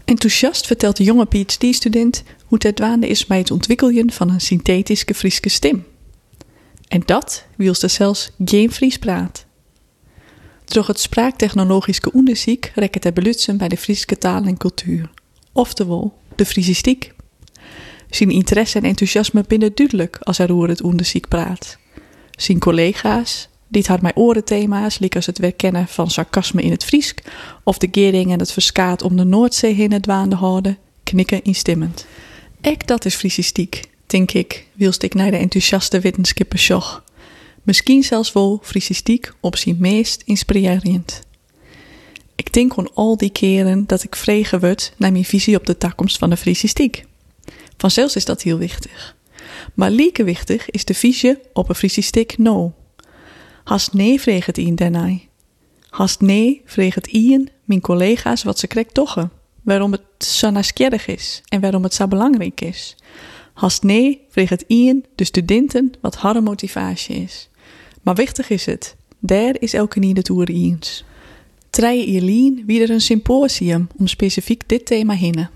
Enthousiast vertelt de jonge PhD-student hoe het dwaande is bij het ontwikkelen van een synthetische Frieske stem. En dat wiel ze zelfs geen Fries praat. Door het spraaktechnologische onderzoek rekken te belutsen bij de Frieske taal en cultuur, oftewel de Friesistiek. Zijn interesse en enthousiasme binnen duidelijk als hij over het onderzoek praat. Zijn collega's, die het haar met orenthema's, liek als het herkennen van sarcasme in het Friesk of de gering en het verskaat om de Noordzee heen het dwaande houden, knikken instemmend. Ek dat is Friesistiek, denk ik, wielst ik naar de enthousiaste wetenschapper sjoch. Misschien zelfs wel Friesistiek op zijn meest inspirerend. Ik denk aan al die keren dat ik vregen word naar mijn visie op de toekomst van de Friesistiek. Vanzelfs is dat heel wichtig. Maar lieke wichtig is de visie op een Friesistiek nou. Hast nee, vreeg het ien daarna. Hast nee, vreeg het ien, mijn collega's, wat ze krek tochen. Waarom het zo nieuwsgierig is en waarom het zo belangrijk is. Hast nee, vreeg het ien, de studenten, wat harde motivatie is. Maar wichtig is het, daar is elke nie het oer eens. 3 jaar wie er een symposium om specifiek dit thema heen.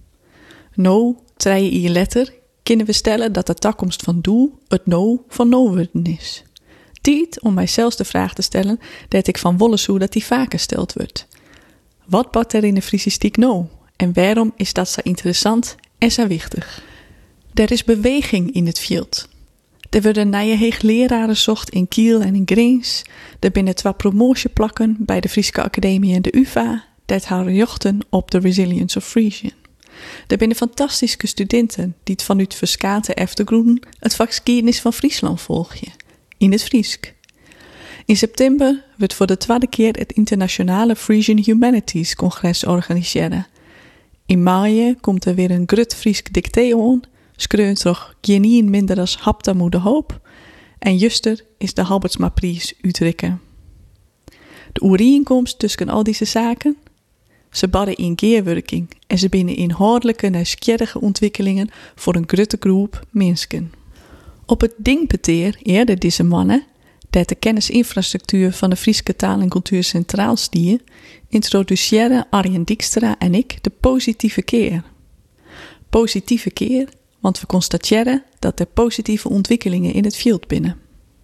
Nou, 3 jaar later kunnen we stellen dat de toekomst van doel het nou van nou worden is. Tijd om mijzelf de vraag te stellen dat ik van wolle zoe dat die vaker gesteld wordt. Wat bad er in de Friesistiek nou? En waarom is dat zo interessant en zo wichtig? Er is beweging in het veld. Er worden nieuwe hoogleraren zocht in Kiel en in Greens. Er binnen 2 promotieplakken bij de Frieske Academie en de UvA. Dat houden jochten op de Resilience of Friesian. Er binnen fantastische studenten die het vanuit verskate eftergroenen het vak geschiedenis van Friesland volgen. In het Friesk. In september wordt voor de 2e keer het internationale Frisian Humanities Congres organiseren. In mei komt er weer een grut Friesk dicté aan, schreeuwt toch geen minder als Hapta moede hoop, en juster is de Halbertsmaprijs uitrekken. De overeenkomst tussen al deze zaken? Ze badden in geerwerking en ze binnen inhoudelijke nieuwsgierige ontwikkelingen voor een grote groep mensen. Op het dingpeteer eerder deze mannen, dat de kennisinfrastructuur van de Frieske taal en cultuur centraal stier, introduceren Arjen Dijkstra en ik de positieve keer. Positieve keer, want we constateren dat er positieve ontwikkelingen in het veld binnen.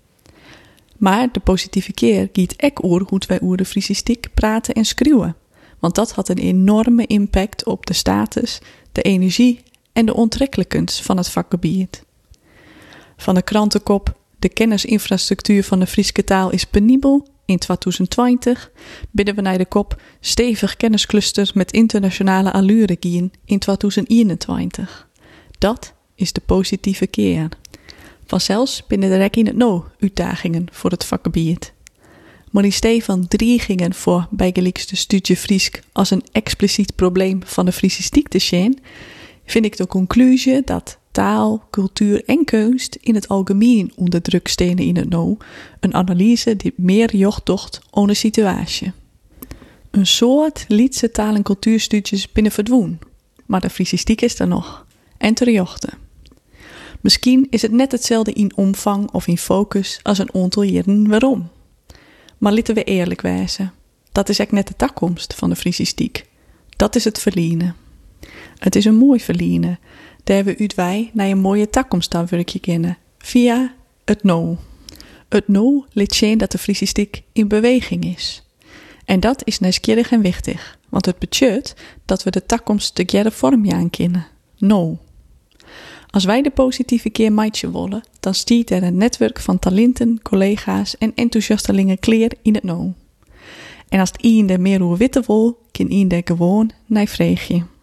Maar de positieve keer giet ek oor hoe wij oer de Friesistiek praten en schreeuwen, want dat had een enorme impact op de status, de energie en de onttrekkelijkens van het vakgebied. Van de krantenkop de kennisinfrastructuur van de Frieske taal is penibel in 2020, bidden we naar de kop stevig kenniscluster met internationale allure gien in 2021. Dat is de positieve keer. Vanzelfs binnen de rek in het nou uitdagingen voor het vakgebied. Maar in steeds van dreigingen voor bijgelijkste studie Friesk als een expliciet probleem van de Friesistiek te zien, vind ik de conclusie dat taal, cultuur en kunst in het algemeen onder druk stenen in het nou, een analyse die meer jocht docht aan de situatie. Een soort lietse taal- en cultuurstudies binnen verdwoen, maar de Friesistiek is er nog, en te jochten. Misschien is het net hetzelfde in omvang of in focus als een aantal jaren waarom. Maar laten we eerlijk wezen, dat is echt net de toekomst van de Friesistiek. Dat is het verliezen. Het is een mooi verliezen, daar we uit wij naar een mooie toekomst aan werkje kennen, via het nou. Het nou liet zien dat de Friesistiek in beweging is. En dat is nieuwsgierig en wichtig, want het betekent dat we de toekomst de jaren vorm aan kennen. Nou. Als wij de positieve keer maatje willen, dan stiert er een netwerk van talenten, collega's en enthousiastelingen kleer in het nou. En als het ien er meer hoe witte wil, kan ien er gewoon naar vreegje.